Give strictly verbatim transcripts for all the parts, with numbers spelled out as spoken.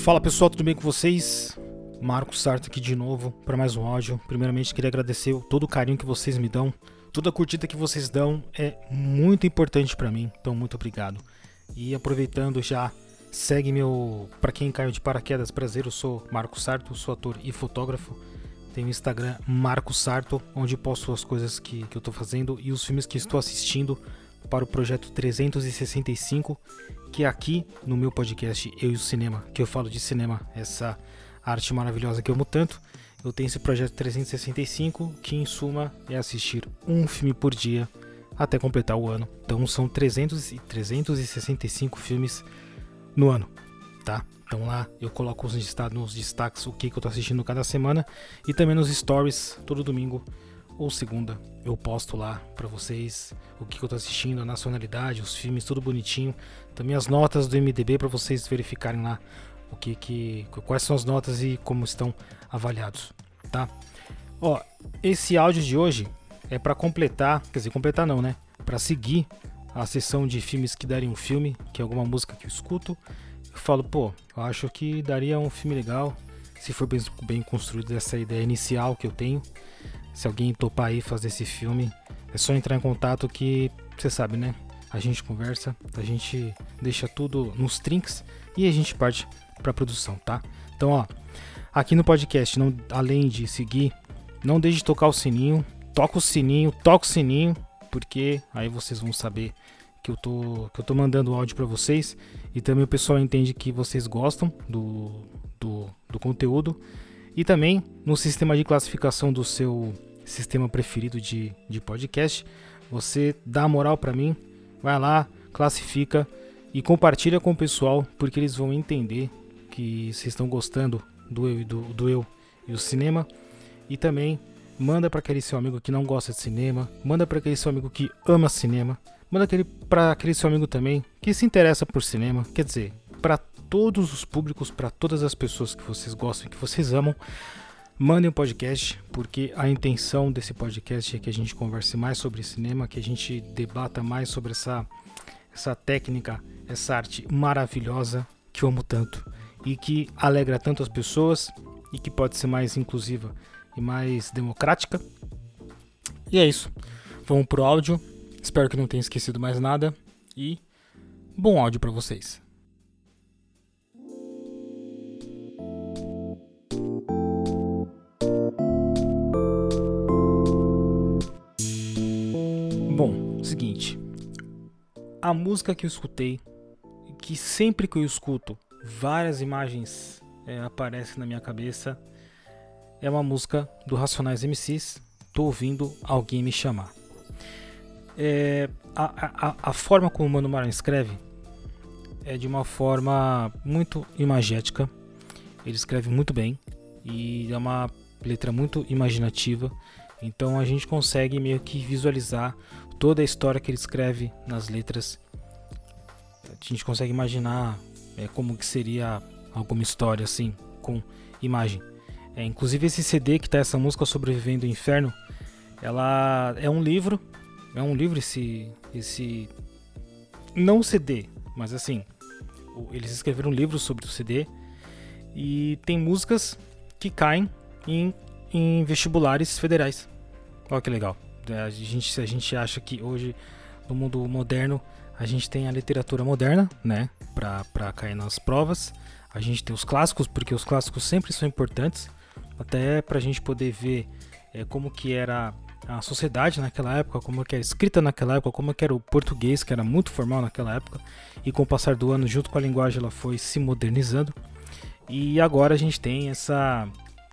Fala pessoal, tudo bem com vocês? Marcos Sarto aqui de novo para mais um áudio. Primeiramente queria agradecer todo o carinho que vocês me dão. Toda a curtida que vocês dão é muito importante para mim, então muito obrigado. E aproveitando já, segue meu... Para quem caiu de paraquedas, prazer, eu sou Marcos Sarto, sou ator e fotógrafo. Tenho o Instagram Marcos Sarto, onde posto as coisas que, que eu estou fazendo e os filmes que estou assistindo para o projeto trezentos e sessenta e cinco, que é aqui no meu podcast Eu e o Cinema, que eu falo de cinema, essa arte maravilhosa que eu amo tanto. Eu tenho esse projeto trezentos e sessenta e cinco, que em suma é assistir um filme por dia até completar o ano. Então são trezentos e sessenta e cinco filmes no ano, tá? Então lá eu coloco os destaques, nos destaques o que, que eu tô assistindo cada semana e também nos stories todo domingo ou segunda eu posto lá pra vocês o que, que eu tô assistindo, a nacionalidade, os filmes, tudo bonitinho. Também as notas do M D B pra vocês verificarem lá o que que quais são as notas e como estão avaliados, tá? Ó, esse áudio de hoje é pra completar, quer dizer, completar não, né? Pra seguir a sessão de filmes que dariam um filme, que é alguma música que eu escuto. Eu falo, pô, eu acho que daria um filme legal se for bem, bem construído essa ideia inicial que eu tenho. Se alguém topar aí fazer esse filme, é só entrar em contato que, você sabe, né? A gente conversa, a gente deixa tudo nos trinks e a gente parte pra produção, tá? Então, ó, aqui no podcast, não, além de seguir, não deixe de tocar o sininho, toca o sininho, toca o sininho, porque aí vocês vão saber que eu tô, que eu tô mandando o áudio pra vocês e também o pessoal entende que vocês gostam do, do, do conteúdo. E também no sistema de classificação do seu sistema preferido de, de podcast, você dá moral pra mim, vai lá, classifica e compartilha com o pessoal, porque eles vão entender que vocês estão gostando do eu, do, do eu e o cinema. E também manda para aquele seu amigo que não gosta de cinema, manda para aquele seu amigo que ama cinema, manda aquele, para aquele seu amigo também que se interessa por cinema, quer dizer, para todos os públicos, para todas as pessoas que vocês gostam e que vocês amam, mandem um podcast, porque a intenção desse podcast é que a gente converse mais sobre cinema, que a gente debata mais sobre essa, essa técnica, essa arte maravilhosa que eu amo tanto e que alegra tanto as pessoas e que pode ser mais inclusiva e mais democrática. E é isso, vamos pro áudio, espero que não tenha esquecido mais nada e bom áudio para vocês. Bom, seguinte, a música que eu escutei, que sempre que eu escuto várias imagens é, aparecem na minha cabeça, é uma música do Racionais M Cs, Tô Ouvindo Alguém Me Chamar. É, a, a, a forma como o Mano Brown escreve é de uma forma muito imagética, ele escreve muito bem e é uma letra muito imaginativa, então a gente consegue meio que visualizar toda a história que ele escreve nas letras. A gente consegue imaginar é, como que seria alguma história assim, com imagem. É, inclusive esse C D que tá essa música, Sobrevivendo ao Inferno, ela é um livro, é um livro esse, esse não C D, mas assim, eles escreveram um livro sobre o C D e tem músicas que caem em, em vestibulares federais. Olha que legal. A gente, a gente acha que hoje, no mundo moderno, a gente tem a literatura moderna, né, pra, pra cair nas provas. A gente tem os clássicos, porque os clássicos sempre são importantes, até pra gente poder ver é, como que era a sociedade naquela época, como que era escrita naquela época, como que era o português, que era muito formal naquela época, e com o passar do ano, junto com a linguagem, ela foi se modernizando. E agora a gente tem essa...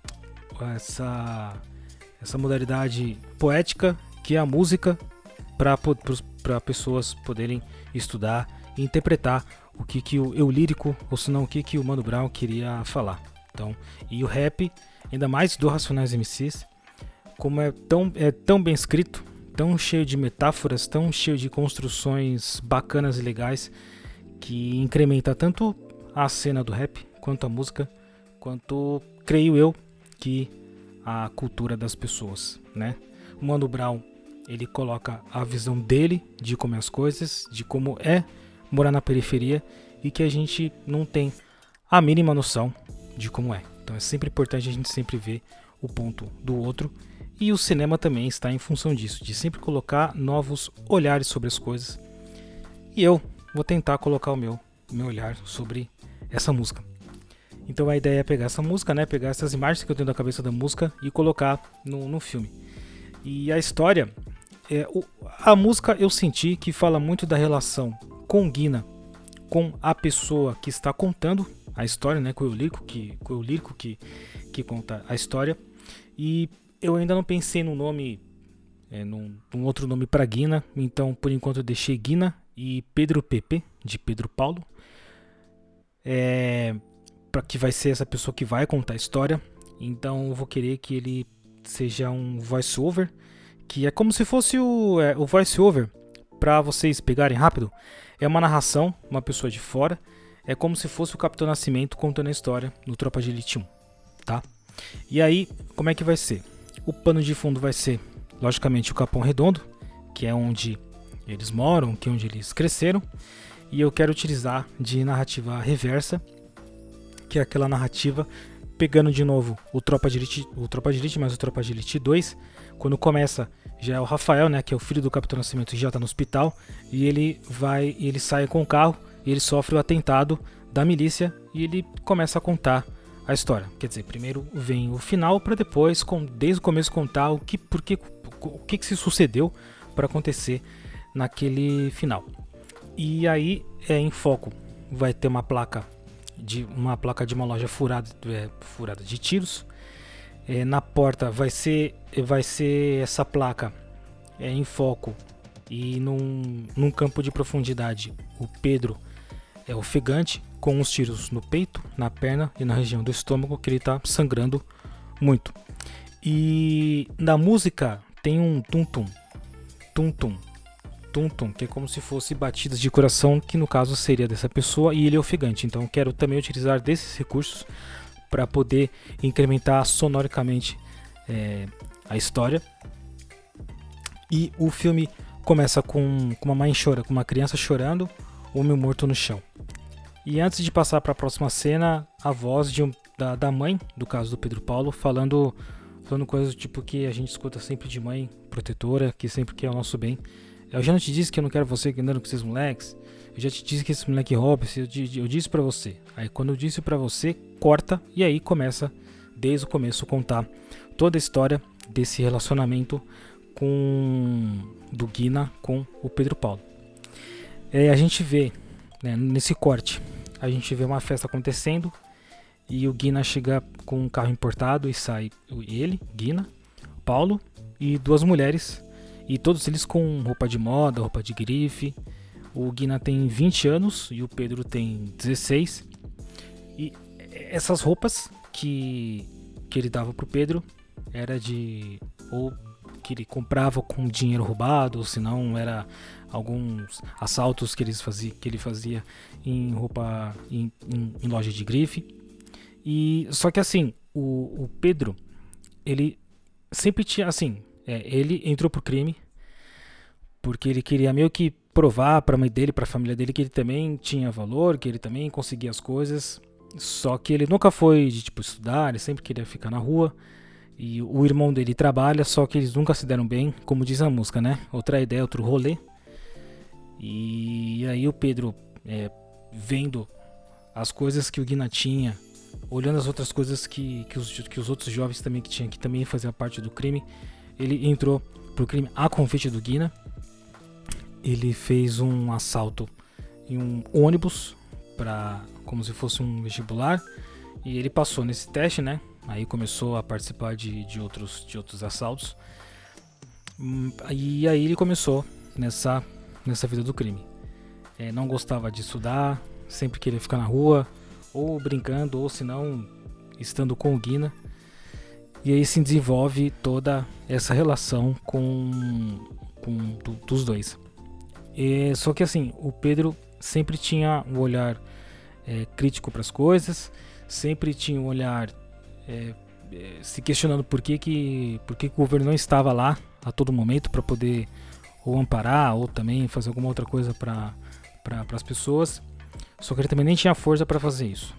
essa essa modalidade poética que é a música para pessoas poderem estudar e interpretar o que, que o eu lírico, ou se não o que, que o Mano Brown queria falar. Então, e o rap, ainda mais do Racionais M Cs, como é tão, é tão bem escrito, tão cheio de metáforas, tão cheio de construções bacanas e legais, que incrementa tanto a cena do rap, quanto a música, quanto, creio eu, que a cultura das pessoas, né? O Mano Brown, ele coloca a visão dele de como é as coisas, de como é morar na periferia e que a gente não tem a mínima noção de como é. Então é sempre importante a gente sempre ver o ponto do outro, e o cinema também está em função disso, de sempre colocar novos olhares sobre as coisas. E eu vou tentar colocar o meu, o meu olhar sobre essa música. Então a ideia é pegar essa música, né, pegar essas imagens que eu tenho da cabeça da música e colocar no, no filme. E a história, é, o, a música eu senti que fala muito da relação com Guina, com a pessoa que está contando a história, né, com o lírico que, com o lírico que, que conta a história. E eu ainda não pensei no nome, é, num, num outro nome para Guina, então por enquanto eu deixei Guina e Pedro Pepe, de Pedro Paulo, é, para que vai ser essa pessoa que vai contar a história. Então eu vou querer que ele seja um voice over, que é como se fosse o, é, o voice over, para vocês pegarem rápido. É uma narração, uma pessoa de fora, é como se fosse o Capitão Nascimento contando a história no Tropa de Elite um, tá? E aí, como é que vai ser? O pano de fundo vai ser, logicamente, o Capão Redondo, que é onde eles moram, que é onde eles cresceram. E eu quero utilizar de narrativa reversa, que é aquela narrativa pegando de novo o Tropa de Elite, o Tropa de Elite, mas o Tropa de Elite dois. Quando começa, já é o Rafael, né, que é o filho do Capitão Nascimento, que já está no hospital, e ele vai, ele sai com o carro e ele sofre o atentado da milícia e ele começa a contar a história. Quer dizer, primeiro vem o final para depois, com, desde o começo, contar o que, porque, o que, que se sucedeu para acontecer naquele final. E aí é em foco, vai ter uma placa de uma placa de uma loja furada, é, furada de tiros. É, na porta vai ser, vai ser essa placa é, em foco e num, num campo de profundidade. O Pedro é ofegante, com os tiros no peito, na perna e na região do estômago, que ele está sangrando muito. E na música tem um tum-tum, tum-tum, tum-tum, que é como se fosse batidas de coração, que no caso seria dessa pessoa, e ele é ofegante. Então quero também utilizar desses recursos para poder incrementar sonoricamente é, a história. E o filme começa com, com uma mãe chora, com uma criança chorando, homem morto no chão. E antes de passar para a próxima cena, a voz de um, da, da mãe, do caso do Pedro Paulo, falando, falando coisas do tipo que a gente escuta sempre de mãe protetora, que sempre quer o nosso bem. Eu já não te disse que eu não quero você andando com esses moleques. Eu já te disse que esse moleque rouba. Eu, eu disse pra você. Aí quando eu disse pra você, corta. E aí começa, desde o começo, contar toda a história desse relacionamento com do Guina com o Pedro Paulo. É, a gente vê, né, nesse corte, a gente vê uma festa acontecendo. E o Guina chega com um carro importado e sai ele, Guina, Paulo e duas mulheres. E todos eles com roupa de moda, roupa de grife. O Guina tem vinte anos e o Pedro tem dezesseis. E essas roupas que, que ele dava pro Pedro era de... ou que ele comprava com dinheiro roubado, ou se não era alguns assaltos que, eles fazia, que ele fazia em roupa em, em, em loja de grife. E só que assim, o, o Pedro, ele sempre tinha assim... É, ele entrou pro crime porque ele queria meio que provar para a mãe dele, para a família dele, que ele também tinha valor, que ele também conseguia as coisas. Só que ele nunca foi de tipo estudar, ele sempre queria ficar na rua. E o irmão dele trabalha, só que eles nunca se deram bem, como diz a música, né? Outra ideia, outro rolê. E aí o Pedro, é, vendo as coisas que o Guina tinha, olhando as outras coisas que, que, os, que os outros jovens também que tinham, que também faziam parte do crime, ele entrou pro crime a convite do Guina. Ele fez um assalto em um ônibus, pra, como se fosse um vestibular, e ele passou nesse teste, né? Aí começou a participar de, de, outros, de outros assaltos. E aí ele começou nessa, nessa vida do crime. É, não gostava de estudar, sempre queria ficar na rua, ou brincando, ou se não, estando com o Guina. E aí se desenvolve toda essa relação com, com do, dos dois. E, só que assim, o Pedro sempre tinha um olhar é, crítico para as coisas, sempre tinha um olhar é, é, se questionando por que, que, por que, que o governo não estava lá a todo momento para poder ou amparar ou também fazer alguma outra coisa para pra, as pessoas. Só que ele também nem tinha força para fazer isso.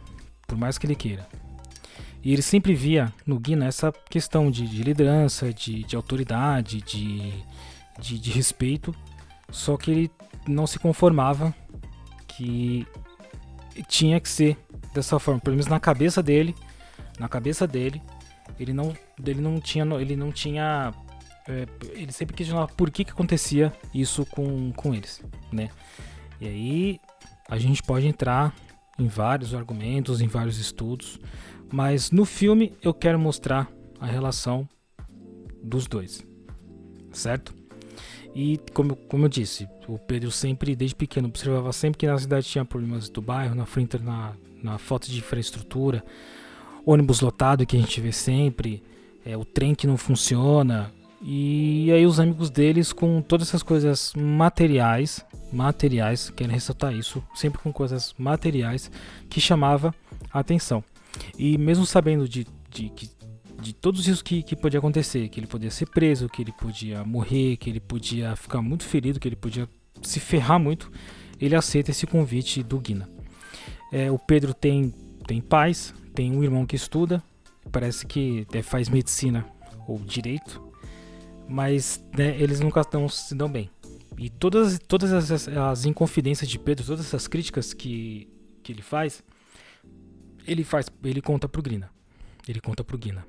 por mais que ele queira. E ele sempre via no Guina essa questão de, de liderança, de, de autoridade, de, de, de respeito, só que ele não se conformava que tinha que ser dessa forma, pelo menos na cabeça dele, na cabeça dele, ele não, ele não tinha, ele não tinha, é, ele sempre questionava por que que acontecia isso com, com eles, né? E aí a gente pode entrar em vários argumentos, em vários estudos, mas no filme eu quero mostrar a relação dos dois, certo? E como, como eu disse, o Pedro sempre, desde pequeno, observava sempre que na cidade tinha problemas do bairro, na frente, na, na falta de infraestrutura, ônibus lotado que a gente vê sempre, é, o trem que não funciona, e aí os amigos deles com todas essas coisas materiais, materiais, quero ressaltar isso, sempre com coisas materiais que chamava a atenção. E mesmo sabendo de, de, de, de todos isso que, que podia acontecer, que ele podia ser preso, que ele podia morrer, que ele podia ficar muito ferido, que ele podia se ferrar muito, ele aceita esse convite do Guina. É, o Pedro tem, tem pais, tem um irmão que estuda, parece que é, faz medicina ou direito, mas né, eles nunca estão, se dão bem. E todas, todas as, as inconfidências de Pedro, todas essas críticas que, que ele faz, ele faz, ele conta pro Guina. Ele conta pro Guina.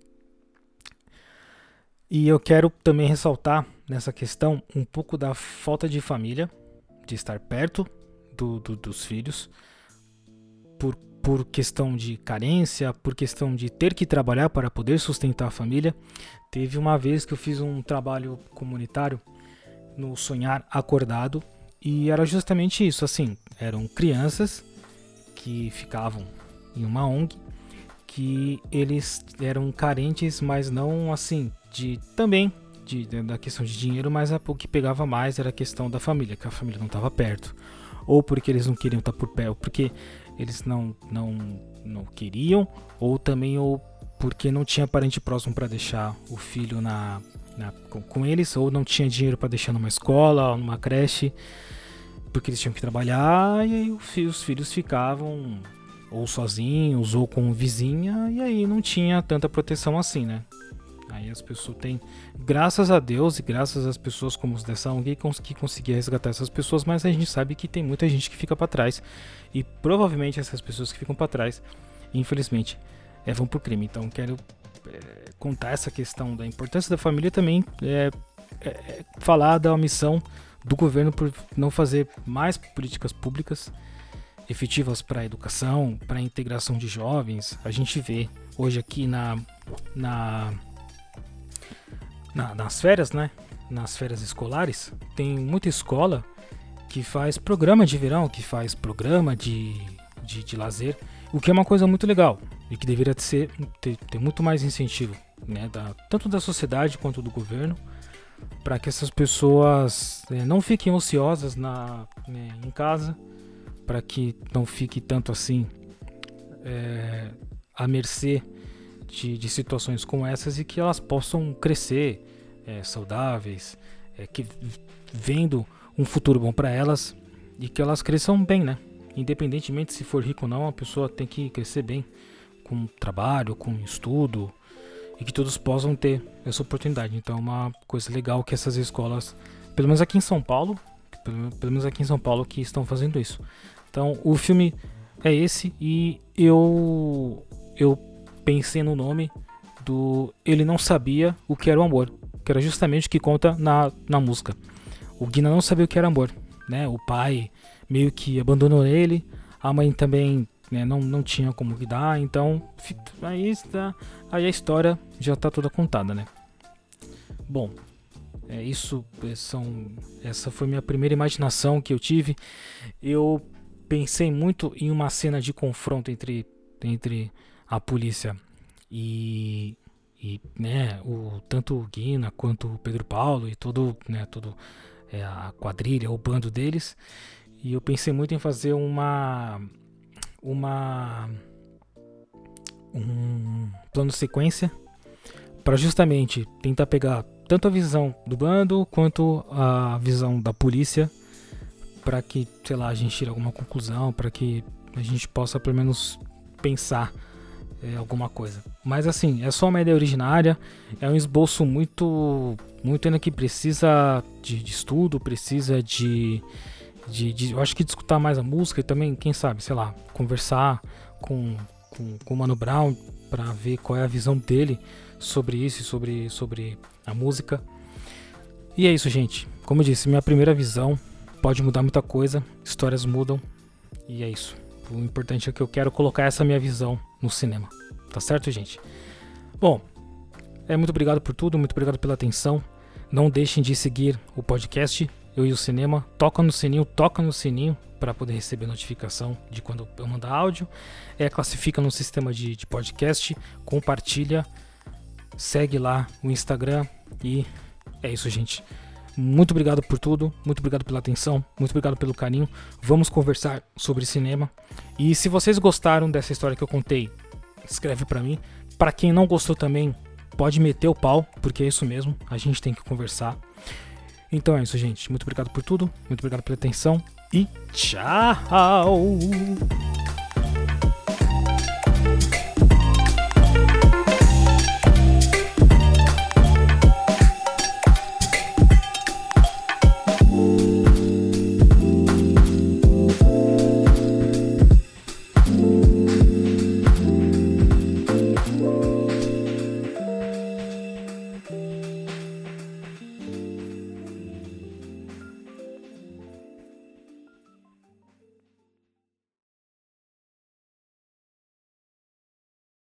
E eu quero também ressaltar nessa questão um pouco da falta de família, de estar perto do, do, dos filhos, por, por questão de carência, por questão de ter que trabalhar para poder sustentar a família. Teve uma vez que eu fiz um trabalho comunitário no Sonhar Acordado e era justamente isso, assim, eram crianças que ficavam em uma O N G, que eles eram carentes, mas não assim, de também de, de, da questão de dinheiro, mas o que pegava mais era a questão da família, que a família não estava perto, ou porque eles não queriam estar por perto, ou porque eles não, não, não queriam, ou também ou porque não tinha parente próximo para deixar o filho na, na, com, com eles, ou não tinha dinheiro para deixar numa escola, ou numa creche, porque eles tinham que trabalhar, e aí os filhos ficavam ou sozinhos, ou com vizinha, e aí não tinha tanta proteção assim, né? Aí as pessoas têm, graças a Deus e graças às pessoas como os dessa O N G, que conseguia resgatar essas pessoas, mas a gente sabe que tem muita gente que fica para trás, e provavelmente essas pessoas que ficam para trás, infelizmente, é, vão pro crime. Então quero é, contar essa questão da importância da família, também é, é, é, falar da omissão do governo por não fazer mais políticas públicas efetivas para a educação, para a integração de jovens. A gente vê hoje aqui na, na, na nas férias, né? Nas férias escolares, tem muita escola que faz programa de verão, que faz programa de, de, de lazer, o que é uma coisa muito legal e que deveria ser, ter, ter muito mais incentivo, né? Da, tanto da sociedade quanto do governo, para que essas pessoas é, não fiquem ociosas na, né, em casa, para que não fique tanto assim é, à mercê de, de situações como essas, e que elas possam crescer é, saudáveis, é, que, vendo um futuro bom para elas, e que elas cresçam bem, né? Independentemente se for rico ou não, a pessoa tem que crescer bem, com trabalho, com estudo, e que todos possam ter essa oportunidade. Então é uma coisa legal que essas escolas, pelo menos aqui em São Paulo, pelo, pelo menos aqui em São Paulo, que estão fazendo isso. Então o filme é esse, e eu eu pensei no nome do Ele Não Sabia O Que Era o Amor, que era justamente o que conta na, na música. O Guina não sabia o que era amor, né? O pai meio que abandonou ele, a mãe também, né, não, não tinha como cuidar, então aí, está, aí a história já está toda contada, né? Bom, é isso, são, essa foi minha primeira imaginação que eu tive. Eu pensei muito em uma cena de confronto entre, entre a polícia e, e né, o, tanto o Guina quanto o Pedro Paulo e todo, né, todo, é, a quadrilha, o bando deles. E eu pensei muito em fazer uma uma um plano sequência para justamente tentar pegar tanto a visão do bando quanto a visão da polícia, para que, sei lá, a gente tire alguma conclusão, para que a gente possa pelo menos pensar é, alguma coisa. Mas assim, é só uma ideia originária, é um esboço muito, muito ainda que precisa de, de estudo, precisa de, de, de, eu acho que de escutar mais a música e também, quem sabe, sei lá, conversar com, com, com o Mano Brown para ver qual é a visão dele sobre isso, sobre, sobre a música. E é isso, gente. Como eu disse, minha primeira visão pode mudar muita coisa, histórias mudam e é isso. O importante é que eu quero colocar essa minha visão no cinema. Tá certo, gente? Bom, é, muito obrigado por tudo, muito obrigado pela atenção. Não deixem de seguir o podcast Eu e o Cinema. Toca no sininho, toca no sininho para poder receber notificação de quando eu mandar áudio. É, classifica no sistema de, de podcast, compartilha, segue lá o Instagram e é isso, gente. Muito obrigado por tudo, muito obrigado pela atenção, muito obrigado pelo carinho. Vamos conversar sobre cinema. E se vocês gostaram dessa história que eu contei, escreve pra mim. Pra quem não gostou também, pode meter o pau, porque é isso mesmo, a gente tem que conversar. Então é isso, gente. Muito obrigado por tudo, muito obrigado pela atenção e tchau!